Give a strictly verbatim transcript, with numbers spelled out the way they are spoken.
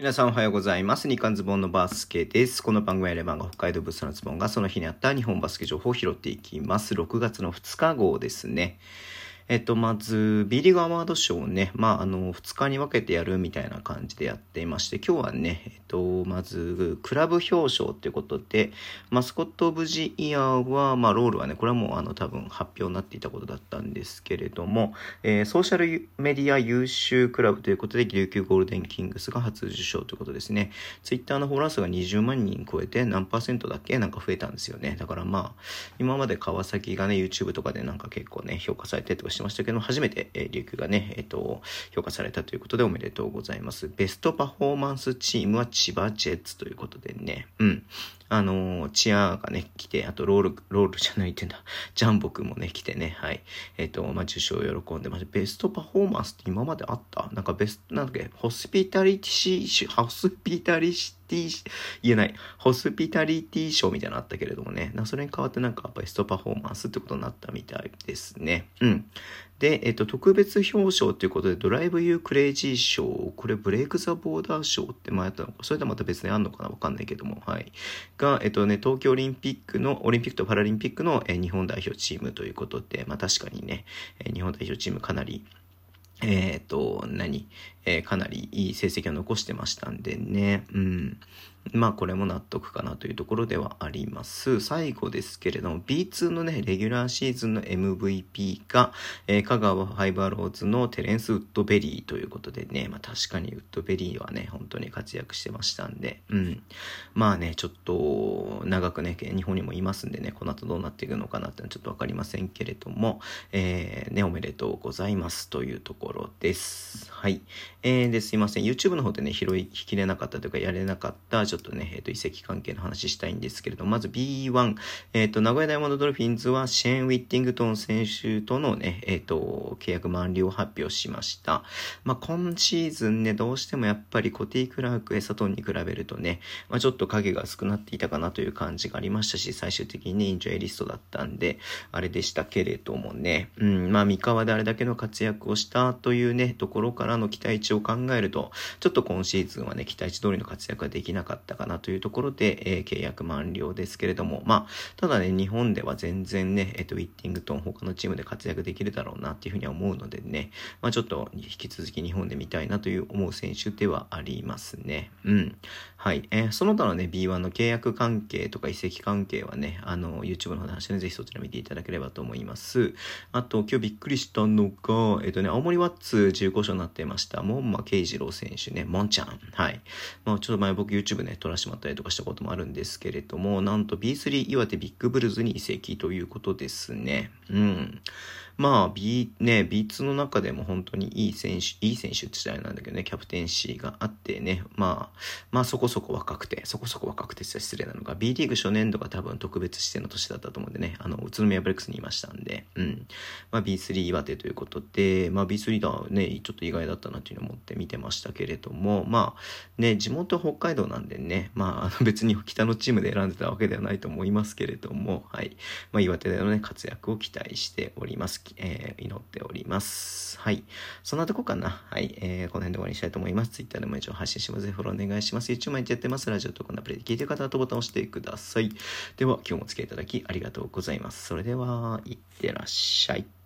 皆さんおはようございます。日刊ズボンのバスケです。この番組はレバンが北海道物産のズボンがその日にあった日本バスケ情報を拾っていきます。ろくがつのふつか号ですね。えっと、まず、B リーグアワード賞をね、まあ、あの、ふつかに分けてやるみたいな感じでやっていまして、今日はね、えっと、まず、クラブ表彰ということで、マスコットオブジイヤーは、まあ、ロールはね、これはもう、あの、多分発表になっていたことだったんですけれども、えー、ソーシャルメディア優秀クラブということで、琉球ゴールデンキングスが初受賞ということですね。ツイッターのフォロワー数がにじゅうまんにん超えて、何パーセントだけなんか増えたんですよね。だからまあ、今まで川崎がね、YouTube とかでなんか結構ね、評価されてとかしてましたけど、初めて、えー、琉球がね、えっと、評価されたということでおめでとうございます。ベストパフォーマンスチームは千葉ジェッツということでね、うん。あのー、チアがね、来て、あとロール、ロールじゃないってんだ、ジャンボくんもね、来てね、はい。えっと、まあ、受賞を喜んでました。ベストパフォーマンスって今まであった？なんかベスト、なんだっけ、ホスピタリティ、ホスピタリシティ、言えない、ホスピタリティ賞みたいなのあったけれどもね、それに代わってなんかベストパフォーマンスってことになったみたいですね。うん。で、えっと、特別表彰ということで、ドライブユークレイジー賞、これブレイクザボーダー賞って前やったのか、それとはまた別にあんのかなわかんないけども、はい。が、えっとね、東京オリンピックの、オリンピックとパラリンピックの、えー、日本代表チームということで、まあ確かにね、えー、日本代表チームかなり、えっと、何、えー、かなりいい成績を残してましたんでね、うん。まあこれも納得かなというところではあります。最後ですけれども ビーツー のねレギュラーシーズンの エムブイピー が、えー、香川ファイバーローズのテレンス・ウッドベリーということでね、まあ確かにウッドベリーはね本当に活躍してましたんで、うん、まあねちょっと長くね日本にもいますんでね、この後どうなっていくのかなってのはちょっとわかりませんけれども、えー、ねおめでとうございますというところです。はい、えー、ですいません YouTube の方でね拾いきれなかったというかやれなかったちょっとね、えっと、移籍関係の話したいんですけれども、まず ビーワン、えっと、名古屋ダイヤモンドドルフィンズはシェーン・ウィッティングトン選手とのね、えっと、契約満了を発表しました。まあ、今シーズンね、どうしてもやっぱりコティ・クラーク、エサトンに比べるとね、まあ、ちょっと影が少なっていたかなという感じがありましたし、最終的にね、インジュエリストだったんで、あれでしたけれどもね、うん、まあ、三河であれだけの活躍をしたというね、ところからの期待値を考えると、ちょっと今シーズンはね、期待値通りの活躍ができなかったかなというところで、えー、契約満了ですけれども、まあ、ただね、日本では全然ね、えっと、ウィッティングトン他のチームで活躍できるだろうなっていうふうには思うのでね、まあ、ちょっと引き続き日本で見たいなという思う選手ではありますね。うん。はい。えー、その他のね、ビーワン の契約関係とか移籍関係はね、あの、YouTube の方で話してね、ぜひそちら見ていただければと思います。あと、今日びっくりしたのが、えっとね、青森ワッツじゅうご賞になってました、門馬慶次郎選手ね、モンちゃん。はい。まあ、ちょっと前僕 YouTube ね、撮らせてもらったりとかしたこともあるんですけれども、なんと ビースリー 岩手ビッグブルズに移籍ということですね。うん。まあ B ね ビーツー の中でも本当にいい選手いい選手って言ったらなんだけどね、キャプテンシーがあってね、まあまあそこそこ若くてそこそこ若くて失礼なのが B リーグ初年度が多分特別指定の年だったと思うんでね、あの宇都宮ブレックスにいましたんで、うんまあ ビースリー 岩手ということで、まあ ビースリー だねちょっと意外だったなっていうのを思って見てましたけれども、まあね地元北海道なんでね、まあ別に北のチームで選んでたわけではないと思いますけれども、はいまあ岩手でのね活躍を期待しております。えー、祈っております。はい。そんなとこかな。はい。えー、この辺で終わりにしたいと思います。Twitter でも一応発信します。ぜひフォローお願いします。YouTube 毎日やってます。ラジオとこんなプレイで聞いてる方はボタンを押してください。では、今日もお付き合いいただきありがとうございます。それでは、いってらっしゃい。